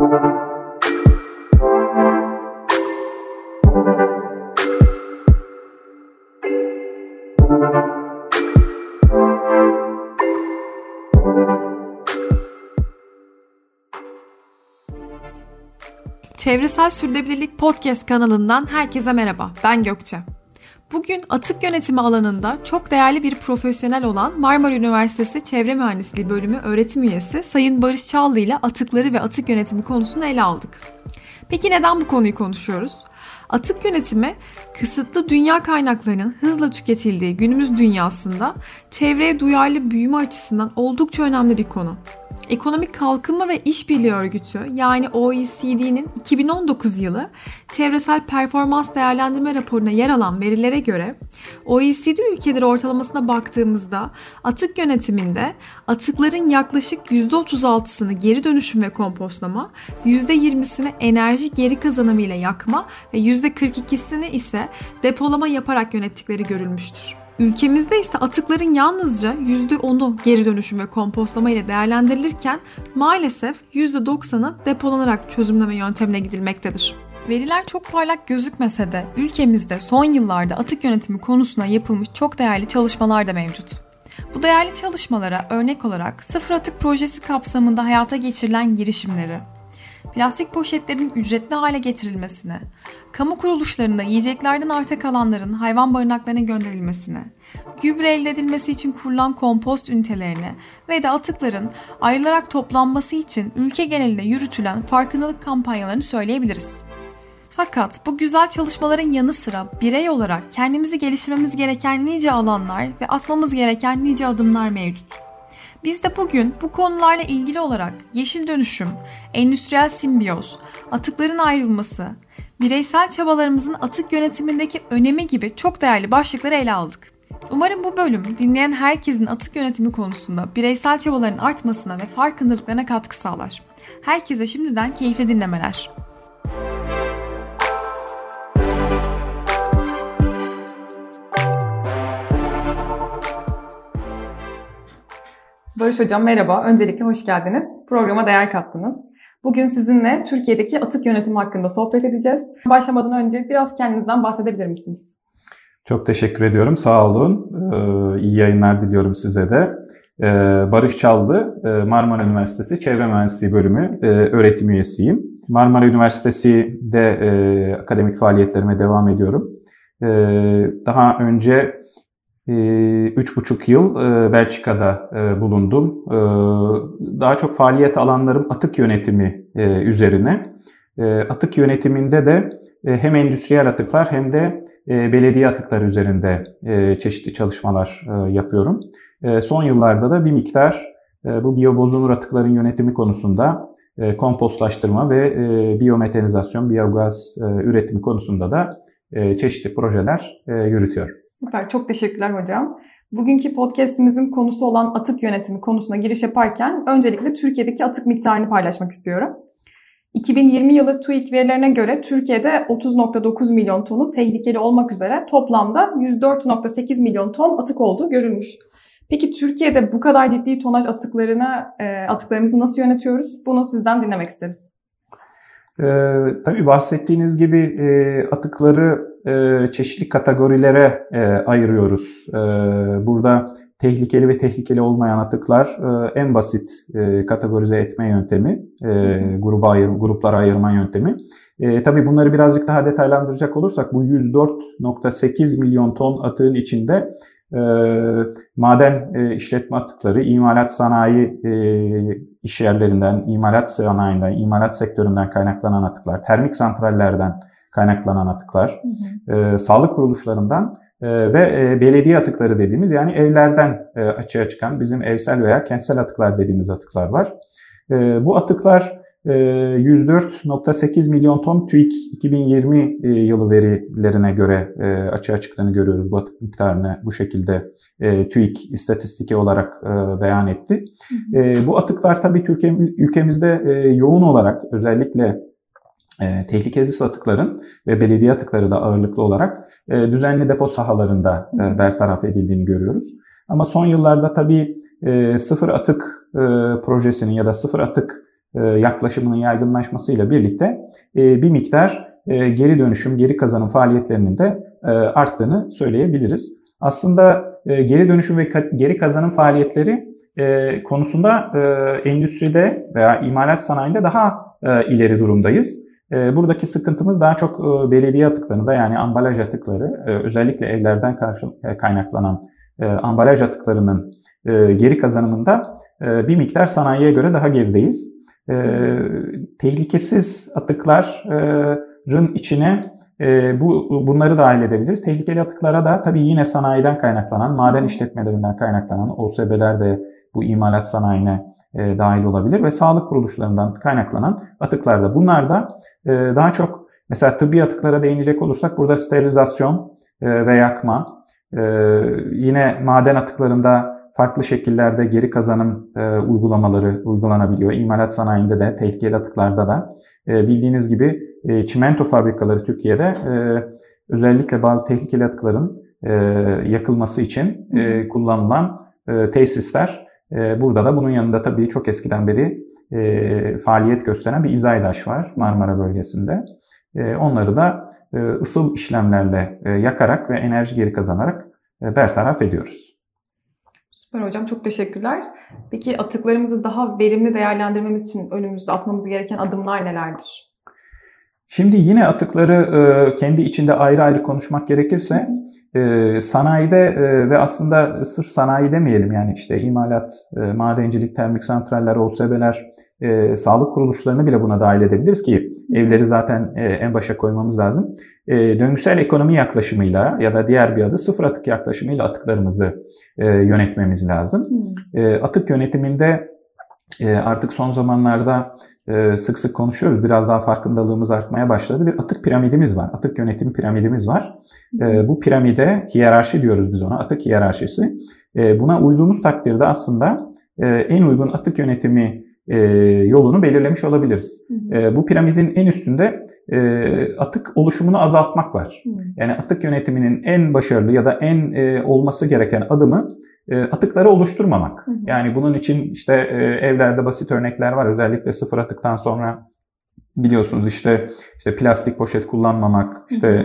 Çevresel Sürdürülebilirlik Podcast kanalından herkese merhaba, ben Gökçe. Bugün atık yönetimi alanında çok değerli bir profesyonel olan Marmara Üniversitesi Çevre Mühendisliği Bölümü öğretim üyesi Sayın Barış Çallı ile atıkları ve atık yönetimi konusunu ele aldık. Peki neden bu konuyu konuşuyoruz? Atık yönetimi, kısıtlı dünya kaynaklarının hızla tüketildiği günümüz dünyasında çevreye duyarlı büyüme açısından oldukça önemli bir konu. Ekonomik Kalkınma ve İşbirliği Örgütü yani OECD'nin 2019 yılı Çevresel Performans Değerlendirme raporuna yer alan verilere göre OECD ülkeleri ortalamasına baktığımızda atık yönetiminde atıkların yaklaşık %36'sını geri dönüşüm ve kompostlama, %20'sini enerji geri kazanımı ile yakma ve %42'sini ise depolama yaparak yönettikleri görülmüştür. Ülkemizde ise atıkların yalnızca %10'u geri dönüşüm ve kompostlama ile değerlendirilirken maalesef %90'ı depolanarak çözümleme yöntemine gidilmektedir. Veriler çok parlak gözükmese de ülkemizde son yıllarda atık yönetimi konusuna yapılmış çok değerli çalışmalar da mevcut. Bu değerli çalışmalara örnek olarak Sıfır Atık Projesi kapsamında hayata geçirilen girişimleri, plastik poşetlerin ücretli hale getirilmesine, kamu kuruluşlarında yiyeceklerden arta kalanların hayvan barınaklarına gönderilmesine, gübre elde edilmesi için kurulan kompost ünitelerine ve de atıkların ayrılarak toplanması için ülke genelinde yürütülen farkındalık kampanyalarını söyleyebiliriz. Fakat bu güzel çalışmaların yanı sıra birey olarak kendimizi geliştirmemiz gereken nice alanlar ve atmamız gereken nice adımlar mevcut. Biz de bugün bu konularla ilgili olarak yeşil dönüşüm, endüstriyel simbiyoz, atıkların ayrılması, bireysel çabalarımızın atık yönetimindeki önemi gibi çok değerli başlıkları ele aldık. Umarım bu bölüm dinleyen herkesin atık yönetimi konusunda bireysel çabaların artmasına ve farkındalıklarına katkı sağlar. Herkese şimdiden keyifli dinlemeler. Barış Hocam merhaba. Öncelikle hoş geldiniz. Programa değer kattınız. Bugün sizinle Türkiye'deki atık yönetimi hakkında sohbet edeceğiz. Başlamadan önce biraz kendinizden bahsedebilir misiniz? Çok teşekkür ediyorum. Sağ olun. İyi yayınlar diliyorum size de. Barış Çallı, Marmara Üniversitesi Çevre Mühendisliği Bölümü öğretim üyesiyim. Marmara Üniversitesi'de akademik faaliyetlerime devam ediyorum. Daha önce 3,5 yıl Belçika'da bulundum. Daha çok faaliyet alanlarım atık yönetimi üzerine. Atık yönetiminde de hem endüstriyel atıklar hem de belediye atıkları üzerinde çeşitli çalışmalar yapıyorum. Son yıllarda da bir miktar bu biyobozunur atıkların yönetimi konusunda kompostlaştırma ve biyometanizasyon, biyogaz üretimi konusunda da çeşitli projeler yürütüyorum. Süper, çok teşekkürler hocam. Bugünkü podcastimizin konusu olan atık yönetimi konusuna giriş yaparken öncelikle Türkiye'deki atık miktarını paylaşmak istiyorum. 2020 yılı TÜİK verilerine göre Türkiye'de 30,9 milyon tonu tehlikeli olmak üzere toplamda 104,8 milyon ton atık olduğu görülmüş. Peki Türkiye'de bu kadar ciddi tonaj atıklarımızı nasıl yönetiyoruz? Bunu sizden dinlemek isteriz. Tabii bahsettiğiniz gibi atıkları çeşitli kategorilere ayırıyoruz. Burada tehlikeli ve tehlikeli olmayan atıklar en basit kategorize etme yöntemi, gruplara ayırma yöntemi. Tabii bunları birazcık daha detaylandıracak olursak bu 104,8 milyon ton atığın içinde maden işletme atıkları, imalat sanayi işyerlerinden, imalat sanayinden, imalat sektöründen kaynaklanan atıklar, termik santrallerden kaynaklanan atıklar, sağlık kuruluşlarından ve belediye atıkları dediğimiz yani evlerden açığa çıkan bizim evsel veya kentsel atıklar dediğimiz atıklar var. Bu atıklar 104,8 milyon ton TÜİK 2020 yılı verilerine göre açığa çıktığını görüyoruz. Bu atık miktarını bu şekilde TÜİK istatistiki olarak beyan etti. Bu atıklar tabii ülkemizde yoğun olarak özellikle tehlikesiz atıkların ve belediye atıkları da ağırlıklı olarak düzenli depo sahalarında bertaraf edildiğini görüyoruz. Ama son yıllarda tabii sıfır atık projesinin ya da sıfır atık yaklaşımının yaygınlaşmasıyla birlikte bir miktar geri dönüşüm, geri kazanım faaliyetlerinin de arttığını söyleyebiliriz. Aslında geri dönüşüm ve geri kazanım faaliyetleri konusunda endüstride veya imalat sanayinde daha ileri durumdayız. Buradaki sıkıntımız daha çok belediye atıklarında, yani ambalaj atıkları, özellikle evlerden kaynaklanan ambalaj atıklarının geri kazanımında bir miktar sanayiye göre daha gerideyiz. Tehlikesiz atıkların içine bunları dahil edebiliriz. Tehlikeli atıklara da tabii yine sanayiden kaynaklanan, maden işletmelerinden kaynaklanan, OSB'ler de bu imalat sanayine dahil olabilir ve sağlık kuruluşlarından kaynaklanan atıklar da. Bunlar da daha çok mesela tıbbi atıklara değinecek olursak burada sterilizasyon ve yakma, yine maden atıklarında farklı şekillerde geri kazanım uygulamaları uygulanabiliyor. İmalat sanayinde de, tehlikeli atıklarda da. Bildiğiniz gibi çimento fabrikaları Türkiye'de özellikle bazı tehlikeli atıkların yakılması için kullanılan tesisler. Burada da bunun yanında tabii çok eskiden beri faaliyet gösteren bir İzaydaş var Marmara bölgesinde. Onları da ısıl işlemlerle yakarak ve enerji geri kazanarak bertaraf ediyoruz. Süper hocam, çok teşekkürler. Peki atıklarımızı daha verimli değerlendirmemiz için önümüzde atmamız gereken adımlar nelerdir? Şimdi yine atıkları kendi içinde ayrı ayrı konuşmak gerekirse sanayide ve aslında sırf sanayi demeyelim, yani işte imalat, madencilik, termik santraller, OSB'ler, sağlık kuruluşlarını bile buna dahil edebiliriz ki evleri zaten en başa koymamız lazım. Döngüsel ekonomi yaklaşımıyla ya da diğer bir adı sıfır atık yaklaşımıyla atıklarımızı yönetmemiz lazım. Atık yönetiminde artık son zamanlarda sık sık konuşuyoruz. Biraz daha farkındalığımız artmaya başladı. Bir atık piramidimiz var. Atık yönetim piramidimiz var. Bu piramide hiyerarşi diyoruz biz ona. Atık hiyerarşisi. Buna uyduğumuz takdirde aslında en uygun atık yönetimi yolunu belirlemiş olabiliriz. Bu piramidin en üstünde atık oluşumunu azaltmak var. Yani atık yönetiminin en başarılı ya da en olması gereken adımı atıkları oluşturmamak. Yani bunun için işte evlerde basit örnekler var. Özellikle sıfır atıktan sonra biliyorsunuz işte plastik poşet kullanmamak, işte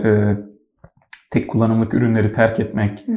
tek kullanımlık ürünleri terk etmek,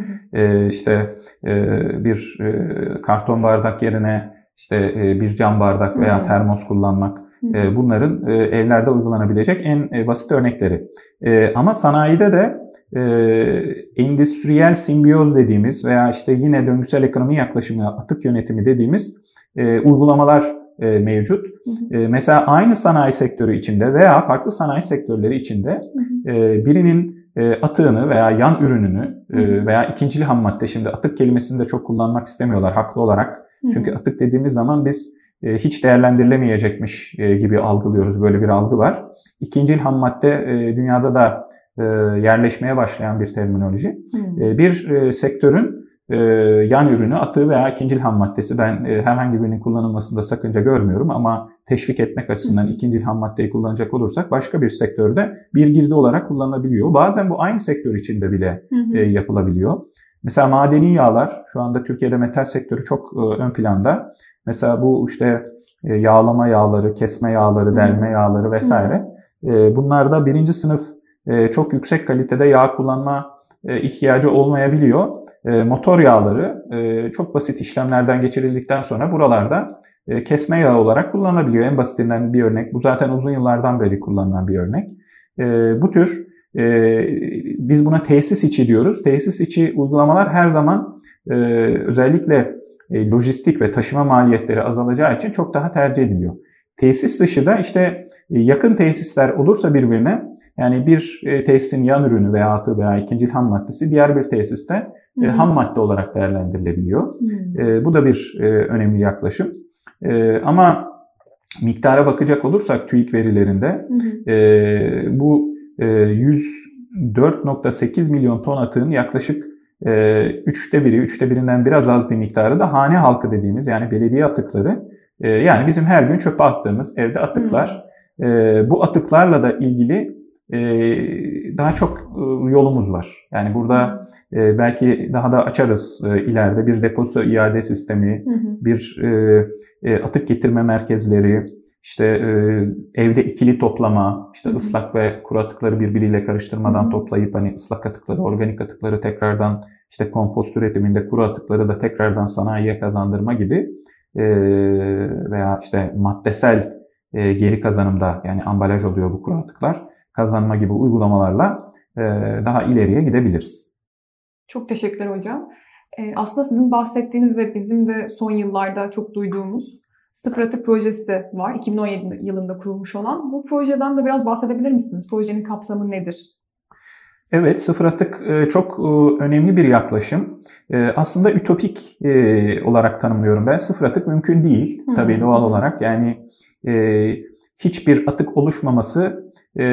bir karton bardak yerine bir cam bardak veya termos kullanmak. Bunların evlerde uygulanabilecek en basit örnekleri. Ama sanayide de endüstriyel simbiyoz dediğimiz veya yine döngüsel ekonomi yaklaşımı, atık yönetimi dediğimiz uygulamalar mevcut. Mesela aynı sanayi sektörü içinde veya farklı sanayi sektörleri içinde birinin atığını veya yan ürününü veya ikincil ham madde, şimdi atık kelimesini de çok kullanmak istemiyorlar haklı olarak. Çünkü atık dediğimiz zaman biz hiç değerlendirilemeyecekmiş gibi algılıyoruz. Böyle bir algı var. İkincil ham madde dünyada da yerleşmeye başlayan bir terminoloji. Bir sektörün yan ürünü, atığı veya ikincil ham maddesi, ben herhangi birinin kullanılmasında sakınca görmüyorum ama teşvik etmek açısından ikincil ham maddeyi kullanacak olursak başka bir sektörde bir girdi olarak kullanılabiliyor. Bazen bu aynı sektör içinde bile yapılabiliyor. Mesela madeni yağlar, şu anda Türkiye'de metal sektörü çok ön planda. Mesela bu yağlama yağları, kesme yağları, delme yağları vesaire. Bunlarda birinci sınıf çok yüksek kalitede yağ kullanma ihtiyacı olmayabiliyor. Motor yağları çok basit işlemlerden geçirildikten sonra buralarda kesme yağı olarak kullanılabiliyor. En basitinden bir örnek. Bu zaten uzun yıllardan beri kullanılan bir örnek. Bu tür biz buna tesis içi diyoruz. Tesis içi uygulamalar her zaman özellikle lojistik ve taşıma maliyetleri azalacağı için çok daha tercih ediliyor. Tesis dışı da yakın tesisler olursa birbirine, yani bir tesisin yan ürünü veya atığı veya ikincil ham maddesi diğer bir tesiste ham madde olarak değerlendirilebiliyor. Bu da bir önemli yaklaşım. Ama miktara bakacak olursak TÜİK verilerinde bu 104.8 milyon ton atığın yaklaşık 3'te birinden biraz az bir miktarı da hane halkı dediğimiz, yani belediye atıkları. Yani bizim her gün çöpe attığımız evde atıklar. Bu atıklarla da ilgili daha çok yolumuz var. Yani burada belki daha da açarız ileride bir depozito iade sistemi, bir atık getirme merkezleri, işte evde ikili toplama, işte ıslak ve kuru atıkları birbiriyle karıştırmadan toplayıp hani ıslak atıkları, organik atıkları tekrardan işte kompost üretiminde kuru atıkları da tekrardan sanayiye kazandırma gibi veya işte maddesel geri kazanımda, yani ambalaj oluyor bu kuru atıklar, kazanma gibi uygulamalarla daha ileriye gidebiliriz. Çok teşekkürler hocam. Aslında sizin bahsettiğiniz ve bizim de son yıllarda çok duyduğumuz Sıfır Atık Projesi var. 2017 yılında kurulmuş olan. Bu projeden de biraz bahsedebilir misiniz? Projenin kapsamı nedir? Evet, sıfır atık çok önemli bir yaklaşım. Aslında ütopik olarak tanımlıyorum ben. Sıfır atık mümkün değil tabii doğal olarak. Yani hiçbir atık oluşmaması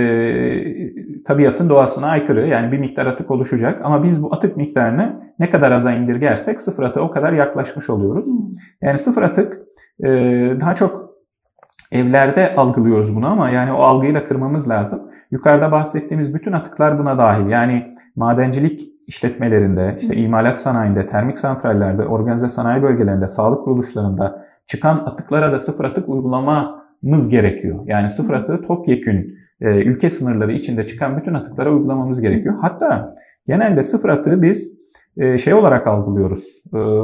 tabiatın doğasına aykırı. Yani bir miktar atık oluşacak ama biz bu atık miktarını ne kadar aza indirgersek sıfır atığa o kadar yaklaşmış oluyoruz. Yani sıfır atık daha çok evlerde algılıyoruz bunu ama yani o algıyı da kırmamız lazım. Yukarıda bahsettiğimiz bütün atıklar buna dahil. Yani madencilik işletmelerinde, işte imalat sanayinde, termik santrallerde, organize sanayi bölgelerinde, sağlık kuruluşlarında çıkan atıklara da sıfır atık uygulamamız gerekiyor. Yani sıfır atığı topyekün ülke sınırları içinde çıkan bütün atıklara uygulamamız gerekiyor. Hatta genelde sıfır atığı biz şey olarak algılıyoruz.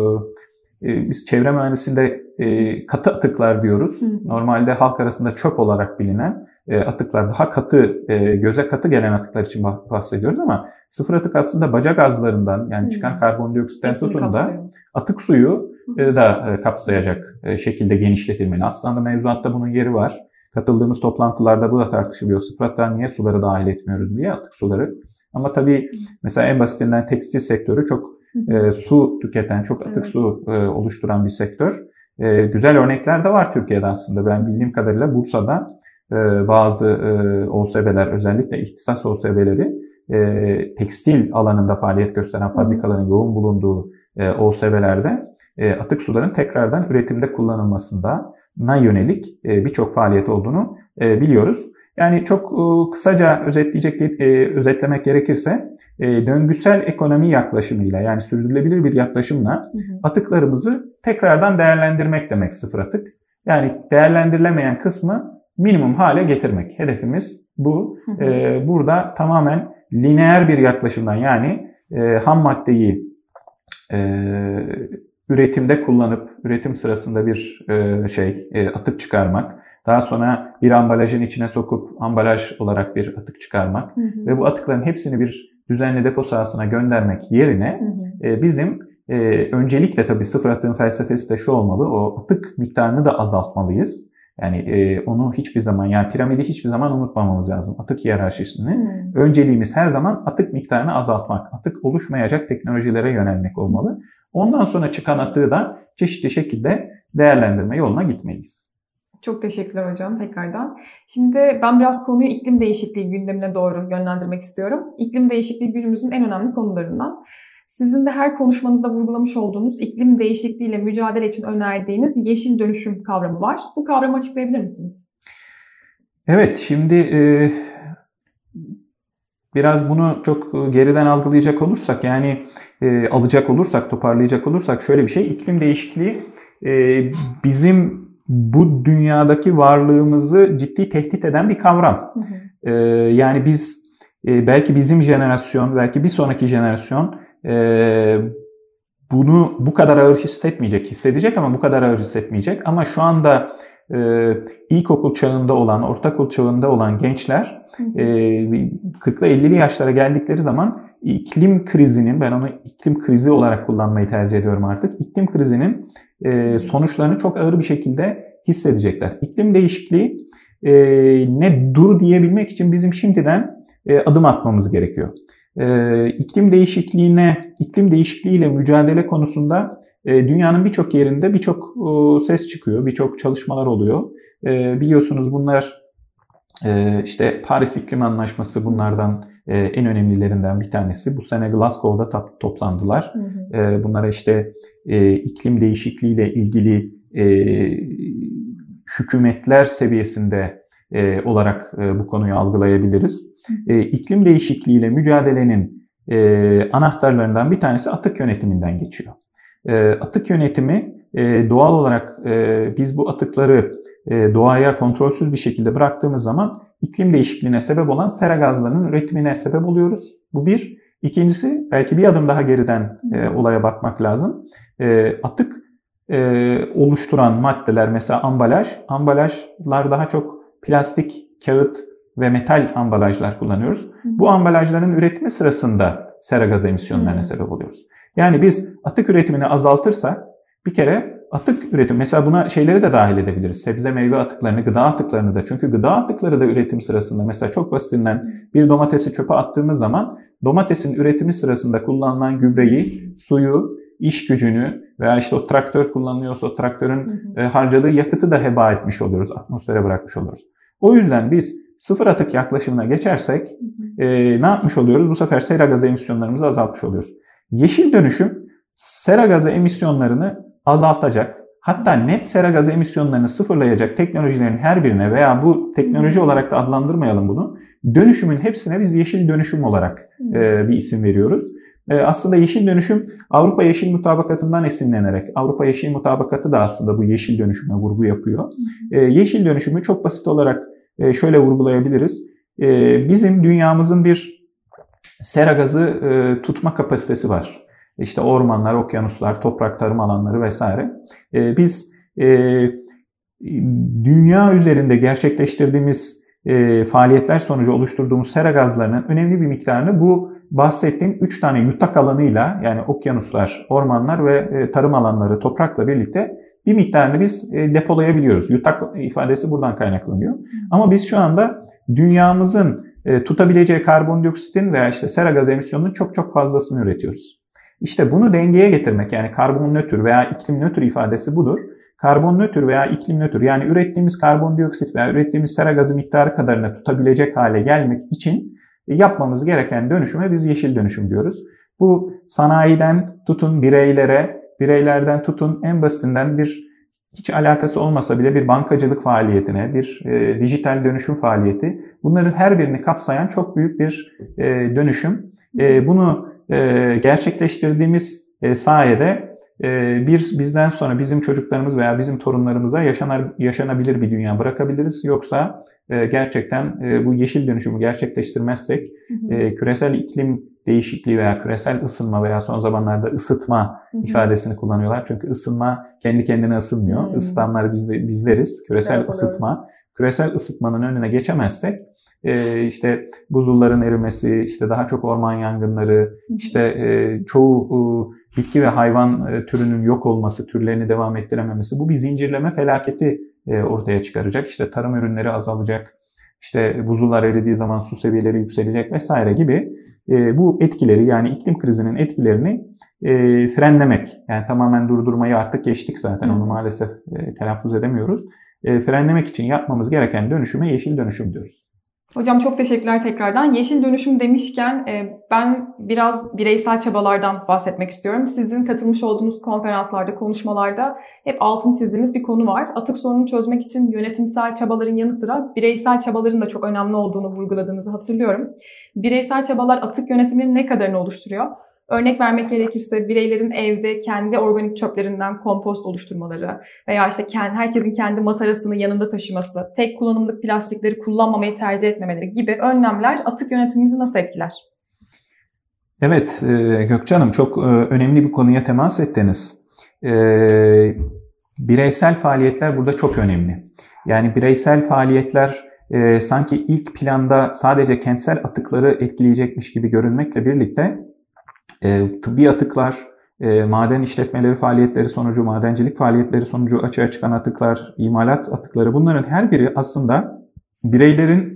Biz çevre mühendisliğinde katı atıklar diyoruz. Normalde halk arasında çöp olarak bilinen atıklar, daha katı, göze katı gelen atıklar için bahsediyoruz ama sıfır atık aslında baca gazlarından, yani çıkan karbondioksitten tutun da atık suyu da kapsayacak şekilde genişletilmeli. Aslında mevzuatta bunun yeri var. Katıldığımız toplantılarda bu da tartışılıyor. Sıfır atığa niye suları dahil etmiyoruz diye, atık suları. Ama tabii mesela en basitinden tekstil sektörü çok su tüketen, çok atık su oluşturan bir sektör. Güzel örnekler de var Türkiye'de aslında. Ben bildiğim kadarıyla Bursa'da bazı OSB'ler, özellikle ihtisas OSB'leri tekstil alanında faaliyet gösteren fabrikaların yoğun bulunduğu OSB'lerde atık suların tekrardan üretimde kullanılmasına yönelik birçok faaliyet olduğunu biliyoruz. Yani çok kısaca özetlemek gerekirse döngüsel ekonomi yaklaşımıyla, yani sürdürülebilir bir yaklaşımla atıklarımızı tekrardan değerlendirmek demek sıfır atık. Yani değerlendirilemeyen kısmı minimum hale getirmek. Hedefimiz bu. Burada tamamen lineer bir yaklaşımdan, yani ham maddeyi üretimde kullanıp üretim sırasında bir atık çıkarmak, daha sonra bir ambalajın içine sokup ambalaj olarak bir atık çıkarmak ve bu atıkların hepsini bir düzenli depo sahasına göndermek yerine bizim öncelikle tabii sıfır atığın felsefesi de şu olmalı: o atık miktarını da azaltmalıyız. Yani onu hiçbir zaman, yani piramidi hiçbir zaman unutmamamız lazım. Atık hiyerarşisini. Önceliğimiz her zaman atık miktarını azaltmak, atık oluşmayacak teknolojilere yönelmek olmalı. Ondan sonra çıkan atığı da çeşitli şekilde değerlendirme yoluna gitmeliyiz. Çok teşekkürler hocam tekrardan. Şimdi ben biraz konuyu iklim değişikliği gündemine doğru yönlendirmek istiyorum. İklim değişikliği günümüzün en önemli konularından. Sizin de her konuşmanızda vurgulamış olduğunuz iklim değişikliğiyle mücadele için önerdiğiniz yeşil dönüşüm kavramı var. Bu kavramı açıklayabilir misiniz? Evet, şimdi biraz bunu çok geriden algılayacak olursak, yani toparlayacak olursak şöyle bir şey: iklim değişikliği bizim bu dünyadaki varlığımızı ciddi tehdit eden bir kavram. Yani biz belki bizim jenerasyon, belki bir sonraki jenerasyon bunu bu kadar ağır hissedecek ama bu kadar ağır hissetmeyecek. Ama şu anda ilkokul çağında olan, ortaokul çağında olan gençler 40'lı 50'li yaşlara geldikleri zaman iklim krizinin, ben onu iklim krizi olarak kullanmayı tercih ediyorum artık, iklim krizinin sonuçlarını çok ağır bir şekilde hissedecekler. İklim değişikliği ne dur diyebilmek için bizim şimdiden adım atmamız gerekiyor. İklim değişikliğiyle mücadele konusunda dünyanın birçok yerinde birçok ses çıkıyor, birçok çalışmalar oluyor. Biliyorsunuz bunlar işte Paris İklim Anlaşması bunlardan en önemlilerinden bir tanesi. Bu sene Glasgow'da toplandılar. Bunlara işte iklim değişikliğiyle ilgili hükümetler seviyesinde olarak bu konuyu algılayabiliriz. İklim değişikliğiyle mücadelenin anahtarlarından bir tanesi atık yönetiminden geçiyor. Atık yönetimi doğal olarak biz bu atıkları doğaya kontrolsüz bir şekilde bıraktığımız zaman iklim değişikliğine sebep olan sera gazlarının üretimine sebep oluyoruz. Bu bir. İkincisi, belki bir adım daha geriden olaya bakmak lazım. Atık oluşturan maddeler, mesela ambalajlar daha çok plastik, kağıt ve metal ambalajlar kullanıyoruz. Bu ambalajların üretimi sırasında sera gazı emisyonlarına sebep oluyoruz. Yani biz atık üretimini azaltırsak bir kere atık üretim, mesela buna şeyleri de dahil edebiliriz. Sebze meyve atıklarını, gıda atıklarını da. Çünkü gıda atıkları da üretim sırasında, mesela çok basitinden bir domatesi çöpe attığımız zaman domatesin üretimi sırasında kullanılan gübreyi, suyu, iş gücünü veya işte o traktör kullanılıyorsa o traktörün harcadığı yakıtı da heba etmiş oluyoruz, atmosfere bırakmış oluyoruz. O yüzden biz sıfır atık yaklaşımına geçersek ne yapmış oluyoruz? Bu sefer sera gazı emisyonlarımızı azaltmış oluyoruz. Yeşil dönüşüm sera gazı emisyonlarını azaltacak, hatta net sera gazı emisyonlarını sıfırlayacak teknolojilerin her birine veya bu teknoloji olarak da adlandırmayalım bunu, dönüşümün hepsine biz yeşil dönüşüm olarak bir isim veriyoruz. Aslında yeşil dönüşüm Avrupa Yeşil Mutabakatı'ndan esinlenerek, Avrupa Yeşil Mutabakatı da aslında bu yeşil dönüşüme vurgu yapıyor. Yeşil dönüşümü çok basit olarak şöyle vurgulayabiliriz. Bizim dünyamızın bir sera gazı tutma kapasitesi var. İşte ormanlar, okyanuslar, toprak, tarım alanları vesaire. Biz dünya üzerinde gerçekleştirdiğimiz faaliyetler sonucu oluşturduğumuz sera gazlarının önemli bir miktarını bu bahsettiğim 3 tane yutak alanıyla, yani okyanuslar, ormanlar ve tarım alanları toprakla birlikte bir miktarını biz depolayabiliyoruz. Yutak ifadesi buradan kaynaklanıyor. Ama biz şu anda dünyamızın tutabileceği karbondioksitin veya işte sera gaz emisyonunun çok çok fazlasını üretiyoruz. İşte bunu dengeye getirmek, yani karbon nötr veya iklim nötr ifadesi budur. Karbon nötr veya iklim nötr, yani ürettiğimiz karbondioksit veya ürettiğimiz sera gazı miktarı kadarını tutabilecek hale gelmek için yapmamız gereken dönüşüme biz yeşil dönüşüm diyoruz. Bu sanayiden tutun bireylere, bireylerden tutun en basitinden bir hiç alakası olmasa bile bir bankacılık faaliyetine, bir dijital dönüşüm faaliyeti. Bunların her birini kapsayan çok büyük bir dönüşüm. Bunu gerçekleştirdiğimiz sayede bizden sonra bizim çocuklarımız veya bizim torunlarımıza yaşanabilir bir dünya bırakabiliriz. Yoksa gerçekten bu yeşil dönüşümü gerçekleştirmezsek küresel iklim değişikliği veya küresel ısınma veya son zamanlarda ısıtma ifadesini kullanıyorlar. Çünkü ısınma kendi kendine ısınmıyor. Isıtanlar bizleriz. Küresel ısıtma. Küresel ısıtmanın önüne geçemezsek işte buzulların erimesi, işte daha çok orman yangınları, işte çoğu bitki ve hayvan türünün yok olması, türlerini devam ettirememesi, bu bir zincirleme felaketi ortaya çıkaracak. İşte tarım ürünleri azalacak, işte buzullar eridiği zaman su seviyeleri yükselecek vesaire gibi bu etkileri, yani iklim krizinin etkilerini frenlemek, yani tamamen durdurmayı artık geçtik zaten, onu maalesef telaffuz edemiyoruz. Frenlemek için yapmamız gereken dönüşüme yeşil dönüşüm diyoruz. Hocam çok teşekkürler tekrardan. Yeşil dönüşüm demişken ben biraz bireysel çabalardan bahsetmek istiyorum. Sizin katılmış olduğunuz konferanslarda, konuşmalarda hep altını çizdiğiniz bir konu var. Atık sorununu çözmek için yönetimsel çabaların yanı sıra bireysel çabaların da çok önemli olduğunu vurguladığınızı hatırlıyorum. Bireysel çabalar atık yönetiminin ne kadarını oluşturuyor? Örnek vermek gerekirse bireylerin evde kendi organik çöplerinden kompost oluşturmaları veya işte herkesin kendi matarasını yanında taşıması, tek kullanımlık plastikleri kullanmamayı tercih etmemeleri gibi önlemler atık yönetimimizi nasıl etkiler? Evet Gökçe Hanım, çok önemli bir konuya temas ettiniz. Bireysel faaliyetler burada çok önemli. Yani bireysel faaliyetler sanki ilk planda sadece kentsel atıkları etkileyecekmiş gibi görünmekle birlikte tıbbi atıklar, maden işletmeleri faaliyetleri sonucu, madencilik faaliyetleri sonucu açığa çıkan atıklar, imalat atıkları, bunların her biri aslında bireylerin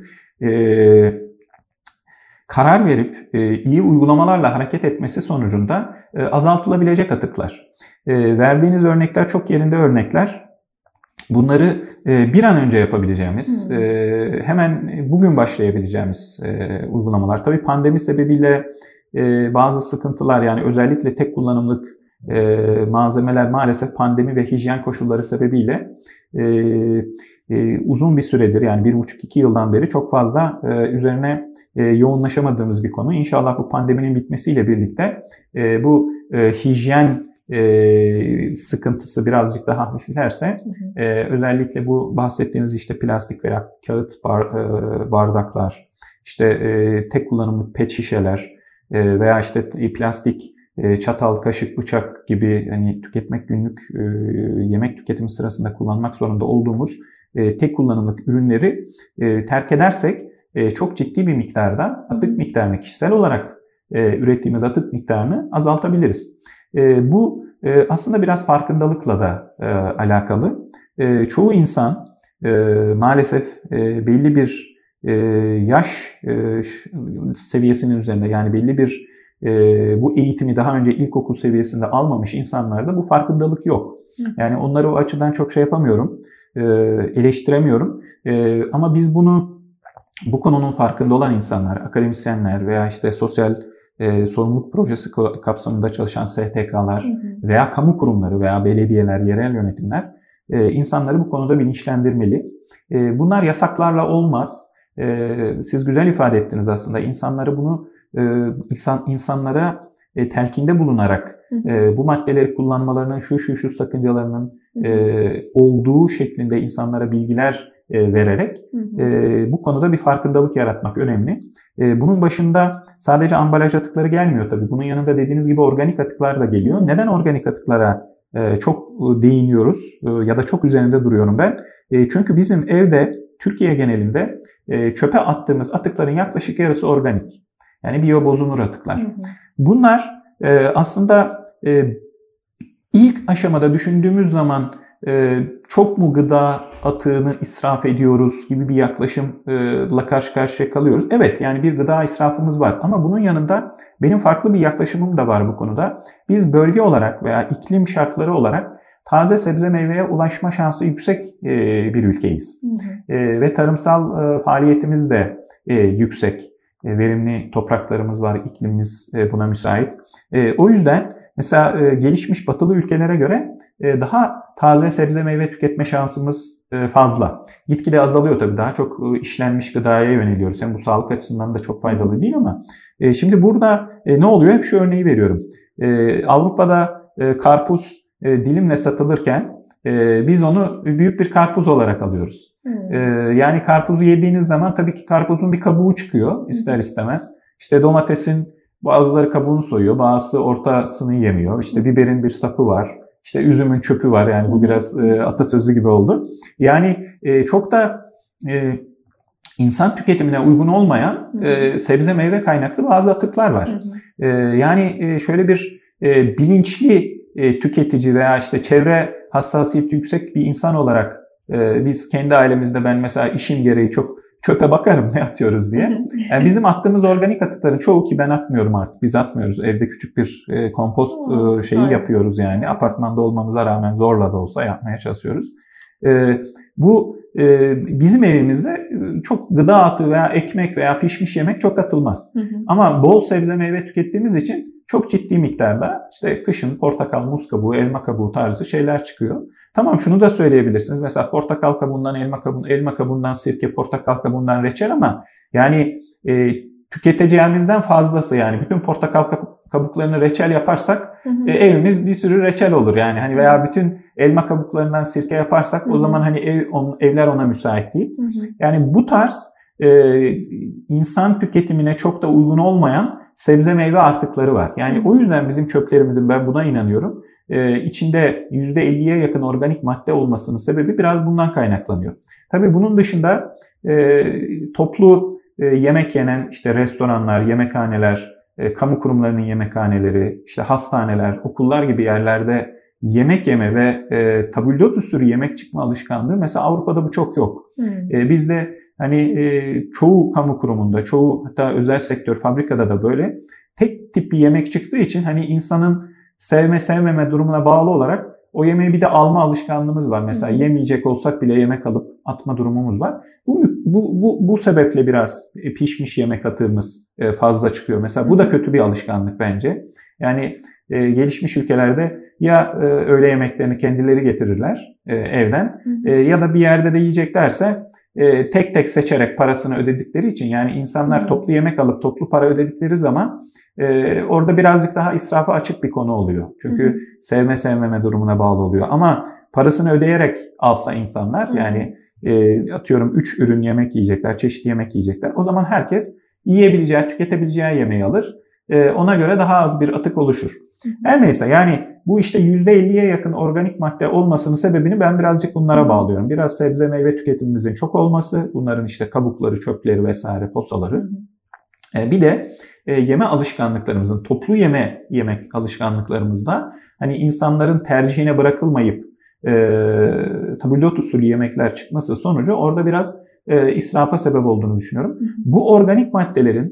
karar verip iyi uygulamalarla hareket etmesi sonucunda azaltılabilecek atıklar. Verdiğiniz örnekler çok yerinde örnekler. Bunları bir an önce yapabileceğimiz, hemen bugün başlayabileceğimiz uygulamalar. Tabii pandemi sebebiyle bazı sıkıntılar, yani özellikle tek kullanımlık malzemeler maalesef pandemi ve hijyen koşulları sebebiyle uzun bir süredir, yani 1,5-2 yıldan beri çok fazla üzerine yoğunlaşamadığımız bir konu. İnşallah bu pandeminin bitmesiyle birlikte bu hijyen sıkıntısı birazcık daha hafiflerse özellikle bu bahsettiğimiz işte plastik veya kağıt bardaklar, işte tek kullanımlık pet şişeler veya işte plastik çatal, kaşık, bıçak gibi hani tüketmek günlük yemek tüketimi sırasında kullanmak zorunda olduğumuz tek kullanımlık ürünleri terk edersek çok ciddi bir miktarda atık miktarını kişisel olarak ürettiğimiz atık miktarını azaltabiliriz. Bu aslında biraz farkındalıkla da alakalı. Çoğu insan maalesef belli bir yaş seviyesinin üzerinde, yani belli bir bu eğitimi daha önce ilkokul seviyesinde almamış insanlarda bu farkındalık yok. Yani onları o açıdan çok şey yapamıyorum, eleştiremiyorum. Ama biz bu konunun farkında olan insanlar, akademisyenler veya işte sosyal sorumluluk projesi kapsamında çalışan STK'lar veya kamu kurumları veya belediyeler, yerel yönetimler insanları bu konuda bilinçlendirmeli. Bunlar yasaklarla olmaz. Siz güzel ifade ettiniz aslında. İnsanlara telkinde bulunarak bu maddeleri kullanmalarının şu sakıncalarının olduğu şeklinde insanlara bilgiler vererek bu konuda bir farkındalık yaratmak önemli. Bunun başında sadece ambalaj atıkları gelmiyor tabii. Bunun yanında dediğiniz gibi organik atıklar da geliyor. Neden organik atıklara çok değiniyoruz ya da çok üzerinde duruyorum ben? Çünkü bizim evde, Türkiye genelinde çöpe attığımız atıkların yaklaşık yarısı organik. Yani biyobozunur atıklar. Bunlar aslında ilk aşamada düşündüğümüz zaman çok mu gıda atığını israf ediyoruz gibi bir yaklaşımla karşı karşıya kalıyoruz. Evet, yani bir gıda israfımız var ama bunun yanında benim farklı bir yaklaşımım da var bu konuda. Biz bölge olarak veya iklim şartları olarak taze sebze meyveye ulaşma şansı yüksek bir ülkeyiz. Ve tarımsal faaliyetimiz de yüksek. Verimli topraklarımız var, iklimimiz buna müsait. O yüzden mesela gelişmiş batılı ülkelere göre daha taze sebze meyve tüketme şansımız fazla. Gitgide azalıyor tabii. Daha çok işlenmiş gıdaya yöneliyoruz. Hem bu sağlık açısından da çok faydalı değil ama şimdi burada ne oluyor? Hep şu örneği veriyorum. Avrupa'da karpuz dilimle satılırken biz onu büyük bir karpuz olarak alıyoruz. Yani karpuzu yediğiniz zaman tabii ki karpuzun bir kabuğu çıkıyor ister istemez. İşte domatesin bazıları kabuğunu soyuyor, bazısı ortasını yemiyor. İşte biberin bir sapı var. İşte üzümün çöpü var. Yani bu biraz atasözü gibi oldu. Yani çok da insan tüketimine uygun olmayan sebze meyve kaynaklı bazı atıklar var. Yani şöyle bir bilinçli tüketici veya işte çevre hassasiyeti yüksek bir insan olarak biz kendi ailemizde, ben mesela işim gereği çok çöpe bakarım ne atıyoruz diye. Yani bizim attığımız organik atıkların çoğu, ki ben atmıyorum artık, biz atmıyoruz. Evde küçük bir kompost şeyi yapıyoruz yani. Apartmanda olmamıza rağmen zorla da olsa yapmaya çalışıyoruz. Bu bizim evimizde çok gıda atığı veya ekmek veya pişmiş yemek çok atılmaz. Ama bol sebze meyve tükettiğimiz için çok ciddi miktarda işte kışın portakal, muz kabuğu, elma kabuğu tarzı şeyler çıkıyor. Tamam, şunu da söyleyebilirsiniz. Mesela portakal kabuğundan elma kabuğundan sirke, portakal kabuğundan reçel, ama yani tüketeceğimizden fazlası, yani bütün portakal kabuklarını reçel yaparsak evimiz bir sürü reçel olur yani, hani veya bütün elma kabuklarından sirke yaparsak o zaman hani evler ona müsait değil. Yani bu tarz insan tüketimine çok da uygun olmayan sebze meyve artıkları var. Yani o yüzden bizim çöplerimizin, ben buna inanıyorum, içinde %50'ye yakın organik madde olmasının sebebi biraz bundan kaynaklanıyor. Tabii bunun dışında toplu yemek yenen işte restoranlar, yemekhaneler, kamu kurumlarının yemekhaneleri, işte hastaneler, okullar gibi yerlerde yemek yeme ve tabldot usulü yemek çıkma alışkanlığı mesela Avrupa'da bu çok yok. Bizde hani çoğu kamu kurumunda, çoğu hatta özel sektör, fabrikada da böyle tek tip bir yemek çıktığı için hani insanın sevme sevmeme durumuna bağlı olarak o yemeği bir de alma alışkanlığımız var. Mesela yemeyecek olsak bile yemek alıp atma durumumuz var. Bu sebeple biraz pişmiş yemek atığımız fazla çıkıyor. Mesela bu da kötü bir alışkanlık bence. Yani gelişmiş ülkelerde ya öğle yemeklerini kendileri getirirler evden ya da bir yerde de yiyeceklerse tek tek seçerek parasını ödedikleri için, yani insanlar toplu yemek alıp toplu para ödedikleri zaman orada birazcık daha israfa açık bir konu oluyor. Çünkü sevme sevmeme durumuna bağlı oluyor. Ama parasını ödeyerek alsa insanlar, yani atıyorum 3 ürün yemek yiyecekler, çeşitli yemek yiyecekler. O zaman herkes yiyebileceği, tüketebileceği yemeği alır. Ona göre daha az bir atık oluşur. Her neyse, yani bu işte %50'ye yakın organik madde olmasının sebebini ben birazcık bunlara bağlıyorum. Biraz sebze meyve tüketimimizin çok olması, bunların işte kabukları, çöpleri vesaire, posaları. Bir de yeme alışkanlıklarımızın, toplu yemek alışkanlıklarımızda hani insanların tercihine bırakılmayıp tabldot usulü yemekler çıkması sonucu orada biraz israfa sebep olduğunu düşünüyorum. Bu organik maddelerin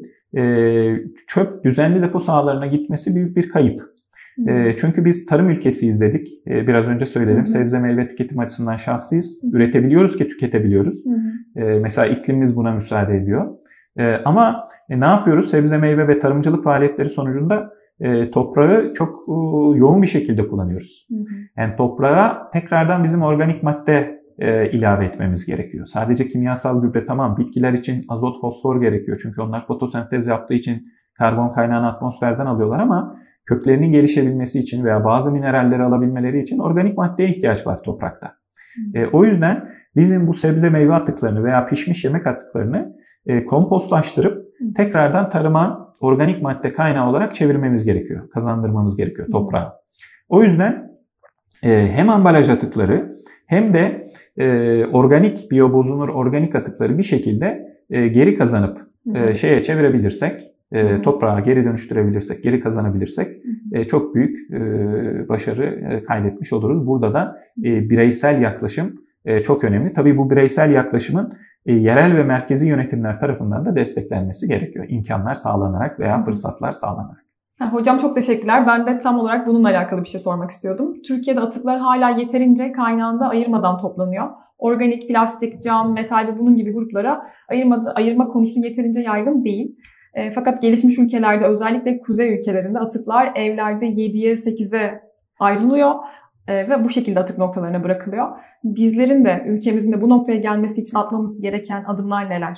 çöp düzenli depo sahalarına gitmesi büyük bir kayıp. Çünkü biz tarım ülkesiyiz dedik. Biraz önce söyledim. Sebze meyve tüketim açısından şanslıyız. Üretebiliyoruz ki tüketebiliyoruz. Mesela iklimimiz buna müsaade ediyor. Ama ne yapıyoruz? Sebze meyve ve tarımcılık faaliyetleri sonucunda toprağı çok yoğun bir şekilde kullanıyoruz. Yani toprağa tekrardan bizim organik madde ilave etmemiz gerekiyor. Sadece kimyasal gübre tamam. Bitkiler için azot, fosfor gerekiyor. Çünkü onlar fotosentez yaptığı için karbon kaynağını atmosferden alıyorlar, ama köklerinin gelişebilmesi için veya bazı mineralleri alabilmeleri için organik maddeye ihtiyaç var toprakta. O yüzden bizim bu sebze meyve atıklarını veya pişmiş yemek atıklarını kompostlaştırıp tekrardan tarıma organik madde kaynağı olarak çevirmemiz gerekiyor. Kazandırmamız gerekiyor toprağa. O yüzden hem ambalaj atıkları hem de organik, biyobozunur organik atıkları bir şekilde geri kazanıp şeye çevirebilirsek, toprağa geri dönüştürebilirsek, geri kazanabilirsek çok büyük başarı kaydetmiş oluruz. Burada da bireysel yaklaşım çok önemli. Tabii bu bireysel yaklaşımın yerel ve merkezi yönetimler tarafından da desteklenmesi gerekiyor. İmkanlar sağlanarak veya fırsatlar sağlanarak. Hocam çok teşekkürler. Ben de tam olarak bununla alakalı bir şey sormak istiyordum. Türkiye'de atıklar hala yeterince kaynağında ayırmadan toplanıyor. Organik, plastik, cam, metal ve bunun gibi gruplara ayırma konusu yeterince yaygın değil. Fakat gelişmiş ülkelerde, özellikle kuzey ülkelerinde atıklar evlerde 7'ye 8'e ayrılıyor ve bu şekilde atık noktalarına bırakılıyor. Bizlerin de, ülkemizin de bu noktaya gelmesi için atmamız gereken adımlar neler?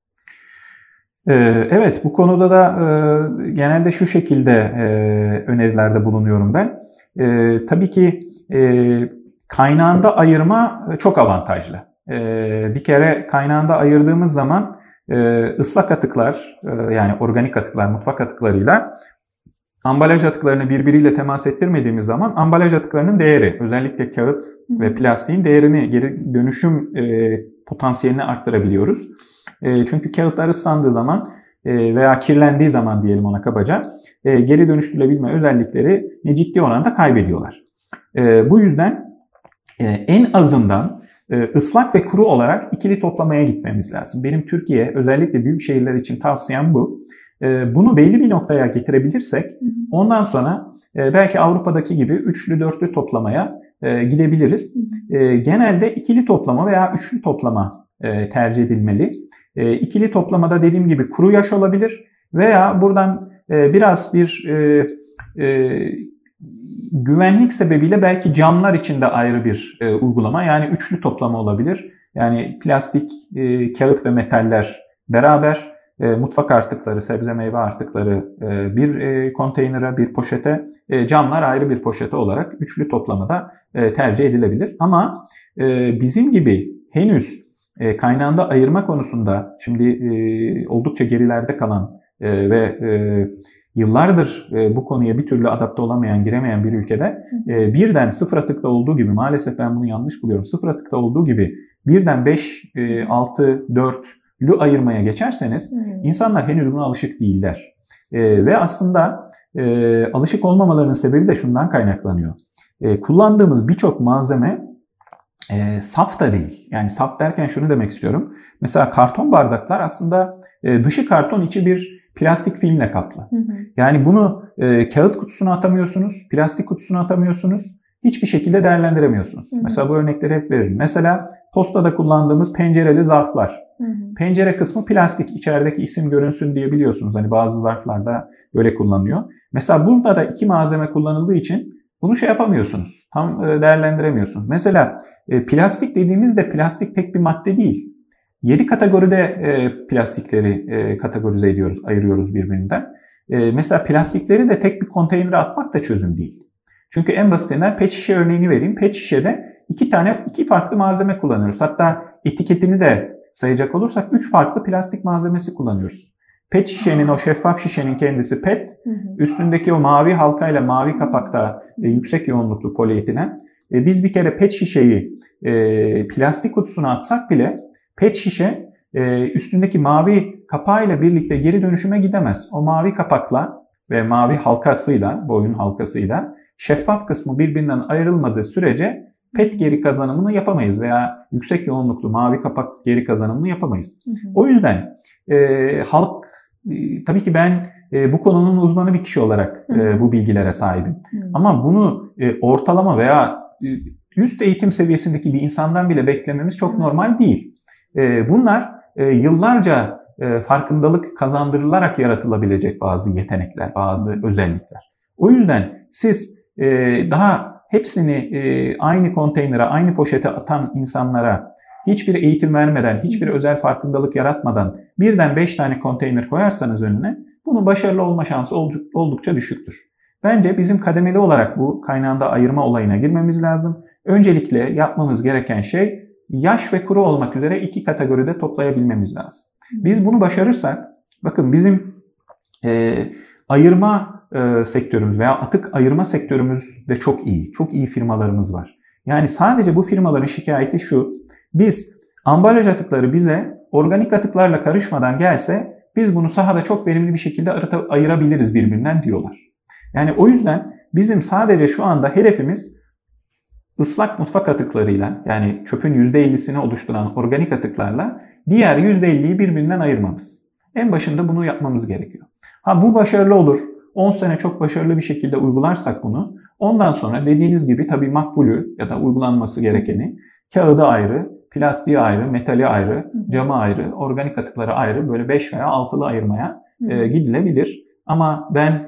Evet, bu konuda da genelde şu şekilde önerilerde bulunuyorum ben. Tabii ki kaynağında ayırma çok avantajlı. Bir kere kaynağında ayırdığımız zaman ıslak atıklar, yani organik atıklar, mutfak atıklarıyla ambalaj atıklarını birbiriyle temas ettirmediğimiz zaman ambalaj atıklarının değeri, özellikle kağıt ve plastiğin değerini, geri dönüşüm potansiyelini arttırabiliyoruz. Çünkü kağıtlar ıslandığı zaman veya kirlendiği zaman diyelim ona kabaca, geri dönüştürülebilme özellikleri ciddi oranda kaybediyorlar. Bu yüzden en azından ıslak ve kuru olarak ikili toplamaya gitmemiz lazım. Benim Türkiye, özellikle büyük şehirler için tavsiyem bu. Bunu belli bir noktaya getirebilirsek ondan sonra belki Avrupa'daki gibi üçlü dörtlü toplamaya gidebiliriz. Genelde ikili toplama veya üçlü toplama tercih edilmeli. İkili toplamada dediğim gibi kuru yaş olabilir veya buradan biraz bir güvenlik sebebiyle belki camlar için de ayrı bir uygulama, yani üçlü toplama olabilir. Yani plastik, kağıt ve metaller beraber, mutfak artıkları, sebze meyve artıkları bir konteynere, bir poşete, camlar ayrı bir poşete olarak üçlü toplamada tercih edilebilir. Ama bizim gibi henüz kaynağında ayırma konusunda şimdi oldukça gerilerde kalan ve yıllardır bu konuya bir türlü adapte olamayan, giremeyen bir ülkede birden sıfır atıkta olduğu gibi, maalesef ben bunu yanlış buluyorum, sıfır atıkta olduğu gibi birden 5, 6, 4'lü ayırmaya geçerseniz insanlar henüz buna alışık değiller. Ve aslında alışık olmamalarının sebebi de şundan kaynaklanıyor. Kullandığımız birçok malzeme saf da değil. Yani saf derken şunu demek istiyorum. Mesela karton bardaklar aslında dışı karton, içi bir plastik filmle kaplı. Yani bunu kağıt kutusuna atamıyorsunuz, plastik kutusuna atamıyorsunuz. Hiçbir şekilde değerlendiremiyorsunuz. Mesela bu örnekleri hep veririm. Mesela postada kullandığımız pencereli zarflar. Pencere kısmı plastik, içerideki isim görünsün diye biliyorsunuz. Hani bazı zarflarda böyle kullanılıyor. Mesela burada da iki malzeme kullanıldığı için bunu yapamıyorsunuz. Tam değerlendiremiyorsunuz. Mesela plastik dediğimizde plastik tek bir madde değil. 7 kategoride plastikleri kategorize ediyoruz, ayırıyoruz birbirinden. Mesela plastikleri de tek bir konteynere atmak da çözüm değil. Çünkü en basitinden pet şişe örneğini vereyim. Pet şişede iki farklı malzeme kullanıyoruz. Hatta etiketini de sayacak olursak 3 farklı plastik malzemesi kullanıyoruz. Pet şişenin, o şeffaf şişenin kendisi pet. Üstündeki o mavi halkayla mavi kapakta yüksek yoğunluklu polietilen. Biz bir kere pet şişeyi plastik kutusuna atsak bile pet şişe üstündeki mavi kapağıyla birlikte geri dönüşüme gidemez. O mavi kapakla ve mavi halkasıyla, boyun halkasıyla şeffaf kısmı birbirinden ayrılmadığı sürece pet geri kazanımını yapamayız veya yüksek yoğunluklu mavi kapak geri kazanımını yapamayız. O yüzden halk, tabii ki ben bu konunun uzmanı bir kişi olarak bu bilgilere sahibim. Ama bunu ortalama veya üst eğitim seviyesindeki bir insandan bile beklememiz çok normal değil. Bunlar yıllarca farkındalık kazandırılarak yaratılabilecek bazı yetenekler, bazı özellikler. O yüzden siz daha hepsini aynı konteynere, aynı poşete atan insanlara hiçbir eğitim vermeden, hiçbir özel farkındalık yaratmadan birden 5 tane konteyner koyarsanız önüne, bunun başarılı olma şansı oldukça düşüktür. Bence bizim kademeli olarak bu kaynağında ayırma olayına girmemiz lazım. Öncelikle yapmamız gereken şey yaş ve kuru olmak üzere 2 kategoride toplayabilmemiz lazım. Biz bunu başarırsak, bakın bizim ayırma sektörümüz veya atık ayırma sektörümüz de çok iyi. Çok iyi firmalarımız var. Yani sadece bu firmaların şikayeti şu: biz ambalaj atıkları bize organik atıklarla karışmadan gelse biz bunu sahada çok verimli bir şekilde ayırabiliriz birbirinden diyorlar. Yani o yüzden bizim sadece şu anda hedefimiz ıslak mutfak atıklarıyla, yani çöpün %50'sini oluşturan organik atıklarla diğer %50'yi birbirinden ayırmamız. En başında bunu yapmamız gerekiyor. Bu başarılı olur. 10 sene çok başarılı bir şekilde uygularsak bunu, ondan sonra dediğiniz gibi tabii makbulü ya da uygulanması gerekeni, kağıdı ayrı, plastiği ayrı, metali ayrı, camı ayrı, organik atıkları ayrı, böyle 5 veya 6'lı ayırmaya gidilebilir. Ama ben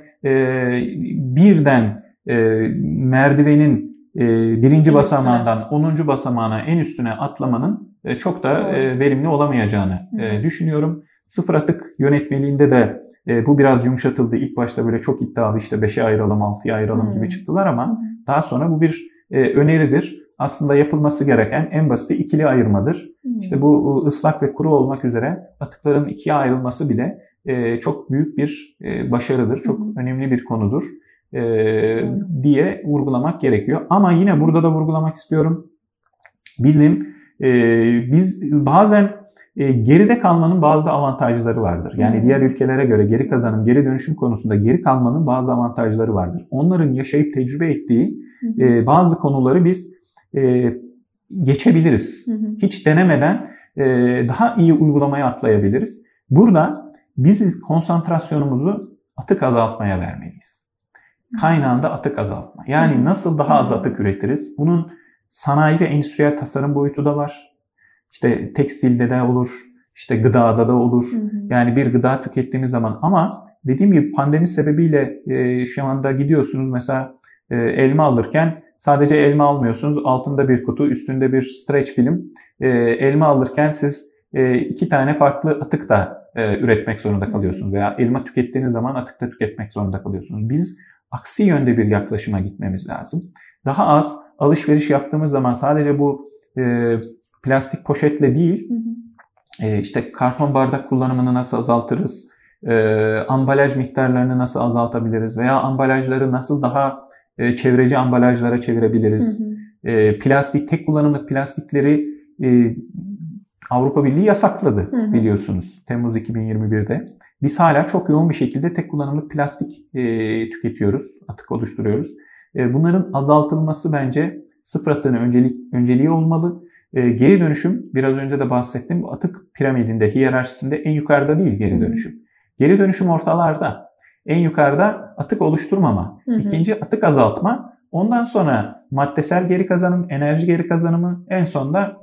birden merdivenin birinci basamağından 10. basamağına, en üstüne atlamanın çok da verimli olamayacağını düşünüyorum. Sıfır atık yönetmeliğinde de bu biraz yumuşatıldı. İlk başta böyle çok iddialı, işte 5'e ayıralım, 6'ya ayıralım gibi çıktılar ama daha sonra bu bir öneridir. Aslında yapılması gereken en basiti ikili ayırmadır. İşte bu ıslak ve kuru olmak üzere atıkların ikiye ayrılması bile çok büyük bir başarıdır. Çok önemli bir konudur diye vurgulamak gerekiyor. Ama yine burada da vurgulamak istiyorum. Biz bazen geride kalmanın bazı avantajları vardır. Yani diğer ülkelere göre geri kazanım, geri dönüşüm konusunda geri kalmanın bazı avantajları vardır. Onların yaşayıp tecrübe ettiği bazı konuları biz geçebiliriz. Hiç denemeden daha iyi uygulamaya atlayabiliriz. Burada biz konsantrasyonumuzu atık azaltmaya vermeliyiz. Kaynağında atık azaltma. Yani nasıl daha az atık üretiriz? Bunun sanayi ve endüstriyel tasarım boyutu da var. İşte tekstilde de olur, işte gıdada da olur. Yani bir gıda tükettiğimiz zaman, ama dediğim gibi pandemi sebebiyle şu anda gidiyorsunuz mesela elma alırken sadece elma almıyorsunuz. Altında bir kutu, üstünde bir streç film. Elma alırken siz 2 tane farklı atık da üretmek zorunda kalıyorsunuz. Veya elma tükettiğiniz zaman atık da tüketmek zorunda kalıyorsunuz. Biz aksi yönde bir yaklaşıma gitmemiz lazım. Daha az alışveriş yaptığımız zaman sadece bu plastik poşetle değil, işte karton bardak kullanımını nasıl azaltırız, ambalaj miktarlarını nasıl azaltabiliriz veya ambalajları nasıl daha çevreci ambalajlara çevirebiliriz. Tek kullanımlık plastikleri Avrupa Birliği yasakladı biliyorsunuz Temmuz 2021'de. Biz hala çok yoğun bir şekilde tek kullanımlık plastik tüketiyoruz, atık oluşturuyoruz. Bunların azaltılması bence sıfır atığın önceliği olmalı. Geri dönüşüm, biraz önce de bahsettiğim bu atık piramidinde, hiyerarşisinde en yukarıda değil geri dönüşüm. Geri dönüşüm ortalarda. En yukarıda atık oluşturmama, ikinci atık azaltma, ondan sonra maddesel geri kazanım, enerji geri kazanımı, en sonda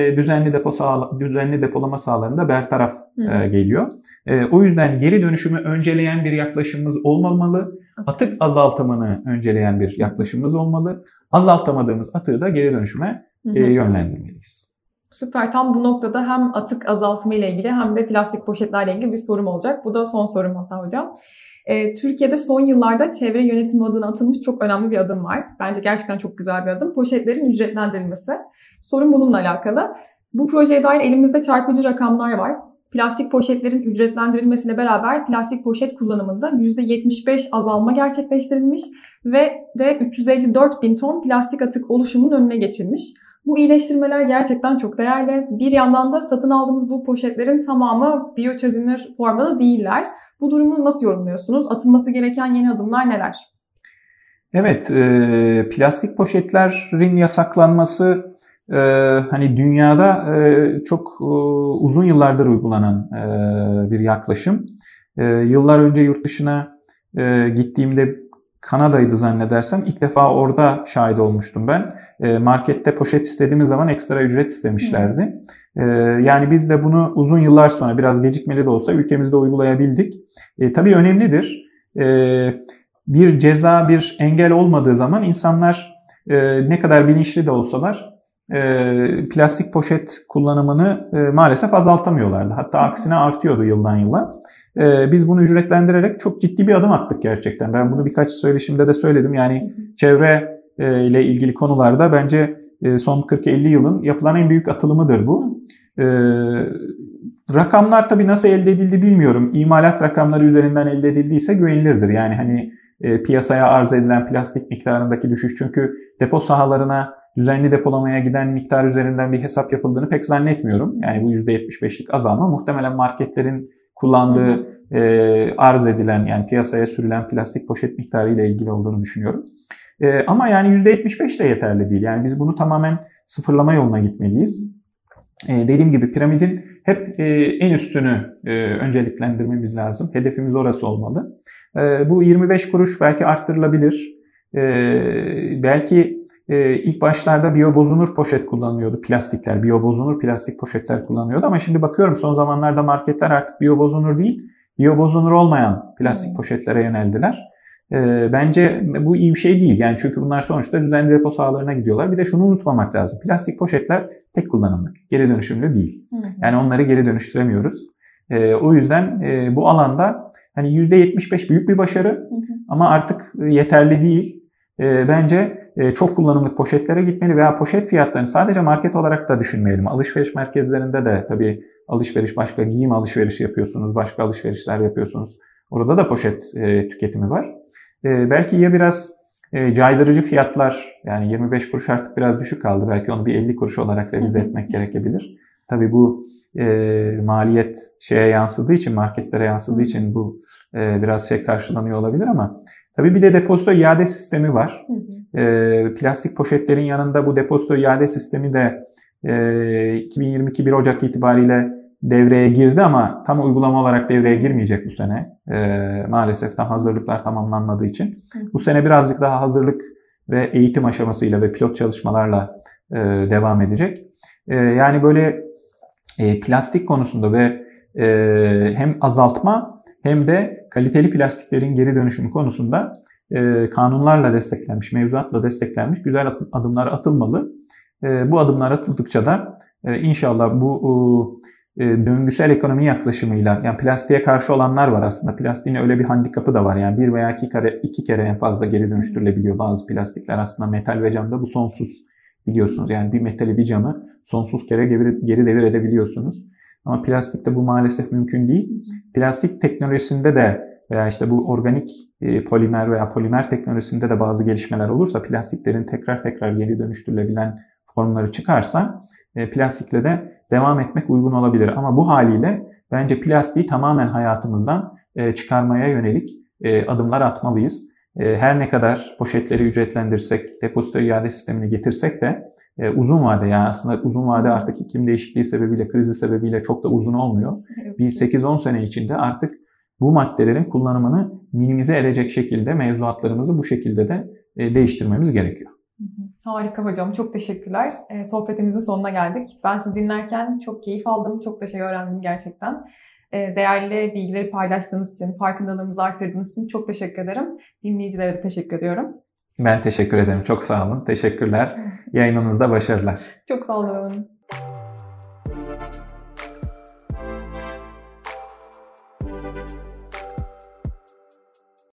düzenli depolama sahalarında bertaraf geliyor. O yüzden geri dönüşümü önceleyen bir yaklaşımımız olmamalı. Atık azaltımını önceleyen bir yaklaşımımız olmalı. Azaltamadığımız atığı da geri dönüşüme yönlendirmeliyiz. Süper. Tam bu noktada hem atık azaltımı ile ilgili hem de plastik poşetlerle ilgili bir sorum olacak. Bu da son sorum hatta hocam. Türkiye'de son yıllarda çevre yönetimi adına atılmış çok önemli bir adım var. Bence gerçekten çok güzel bir adım. Poşetlerin ücretlendirilmesi. Sorun bununla alakalı. Bu projeye dair elimizde çarpıcı rakamlar var. Plastik poşetlerin ücretlendirilmesiyle beraber plastik poşet kullanımında %75 azalma gerçekleştirilmiş ve de 354 bin ton plastik atık oluşumunun önüne geçilmiş. Bu iyileştirmeler gerçekten çok değerli. Bir yandan da satın aldığımız bu poşetlerin tamamı biyoçözünür formda değiller. Bu durumu nasıl yorumluyorsunuz? Atılması gereken yeni adımlar neler? Evet, plastik poşetlerin yasaklanması hani dünyada çok uzun yıllardır uygulanan bir yaklaşım. Yıllar önce yurt dışına gittiğimde Kanada'ydı zannedersem ilk defa orada şahit olmuştum ben. Markette poşet istediğimiz zaman ekstra ücret istemişlerdi. Yani biz de bunu uzun yıllar sonra biraz gecikmeli de olsa ülkemizde uygulayabildik. Tabii önemlidir. Bir ceza, bir engel olmadığı zaman insanlar ne kadar bilinçli de olsalar plastik poşet kullanımını maalesef azaltamıyorlardı. Hatta aksine artıyordu yıldan yıla. Biz bunu ücretlendirerek çok ciddi bir adım attık gerçekten. Ben bunu birkaç söyleşimde de söyledim. Yani çevre ile ilgili konularda bence son 40-50 yılın yapılan en büyük atılımıdır bu. Rakamlar tabii nasıl elde edildi bilmiyorum. İmalat rakamları üzerinden elde edildiyse güvenilirdir. Yani hani piyasaya arz edilen plastik miktarındaki düşüş. Çünkü depo sahalarına düzenli depolamaya giden miktar üzerinden bir hesap yapıldığını pek zannetmiyorum. Yani bu %75'lik azalma muhtemelen marketlerin kullandığı arz edilen yani piyasaya sürülen plastik poşet miktarı ile ilgili olduğunu düşünüyorum. Ama yani %75 de yeterli değil. Yani biz bunu tamamen sıfırlama yoluna gitmeliyiz. Dediğim gibi piramidin hep en üstünü önceliklendirmemiz lazım. Hedefimiz orası olmalı. Bu 25 kuruş belki arttırılabilir. Belki ilk başlarda biyobozunur poşet kullanılıyordu. Plastikler, biyobozunur plastik poşetler kullanılıyordu. Ama şimdi bakıyorum son zamanlarda marketler artık biyobozunur değil, biyobozunur olmayan plastik poşetlere yöneldiler. Bence bu iyi bir şey değil. Yani çünkü bunlar sonuçta düzenli depo sahalarına gidiyorlar. Bir de şunu unutmamak lazım. Plastik poşetler tek kullanımlık, geri dönüşümlü değil. Yani onları geri dönüştüremiyoruz. O yüzden bu alanda hani %75 büyük bir başarı ama artık yeterli değil. Bence çok kullanımlık poşetlere gitmeli veya poşet fiyatlarını sadece market olarak da düşünmeyelim. Alışveriş merkezlerinde de tabii alışveriş başka, giyim alışverişi yapıyorsunuz, başka alışverişler yapıyorsunuz. Orada da poşet tüketimi var. Belki ya biraz caydırıcı fiyatlar, yani 25 kuruş artık biraz düşük kaldı. Belki onu bir 50 kuruş olarak revize etmek gerekebilir. Tabii bu maliyet şeye yansıdığı için, marketlere yansıdığı için bu biraz karşılanıyor olabilir ama tabii bir de depozito iade sistemi var. Plastik poşetlerin yanında bu depozito iade sistemi de 2022 1 Ocak itibariyle devreye girdi ama tam uygulama olarak devreye girmeyecek bu sene. Maalesef tam hazırlıklar tamamlanmadığı için. Bu sene birazcık daha hazırlık ve eğitim aşamasıyla ve pilot çalışmalarla devam edecek. Yani böyle plastik konusunda ve hem azaltma hem de kaliteli plastiklerin geri dönüşümü konusunda kanunlarla desteklenmiş, mevzuatla desteklenmiş güzel adımlar atılmalı. Bu adımlar atıldıkça da inşallah bu döngüsel ekonomi yaklaşımıyla, yani plastiğe karşı olanlar var aslında. Plastiğin öyle bir handikapı da var. Yani bir veya iki kere en fazla geri dönüştürülebiliyor bazı plastikler. Aslında metal ve camda bu sonsuz biliyorsunuz. Yani bir metali bir camı sonsuz kere geri devir edebiliyorsunuz. Ama plastikte bu maalesef mümkün değil. Plastik teknolojisinde de veya işte bu organik polimer veya polimer teknolojisinde de bazı gelişmeler olursa, plastiklerin tekrar geri dönüştürülebilen formları çıkarsa plastikle de devam etmek uygun olabilir. Ama bu haliyle bence plastiği tamamen hayatımızdan çıkarmaya yönelik adımlar atmalıyız. Her ne kadar poşetleri ücretlendirsek, depozito iade sistemini getirsek de uzun vade, yani aslında uzun vade artık iklim değişikliği sebebiyle, krizi sebebiyle çok da uzun olmuyor. Bir 8-10 sene içinde artık bu maddelerin kullanımını minimize edecek şekilde mevzuatlarımızı bu şekilde de değiştirmemiz gerekiyor. Harika hocam, çok teşekkürler. Sohbetimizin sonuna geldik. Ben sizi dinlerken çok keyif aldım, çok da şey öğrendim gerçekten. Değerli bilgileri paylaştığınız için, farkındalığımızı arttırdığınız için çok teşekkür ederim. Dinleyicilere de teşekkür ediyorum. Ben teşekkür ederim. Çok sağ olun. Teşekkürler. Yayınınızda başarılar. Çok sağ olun.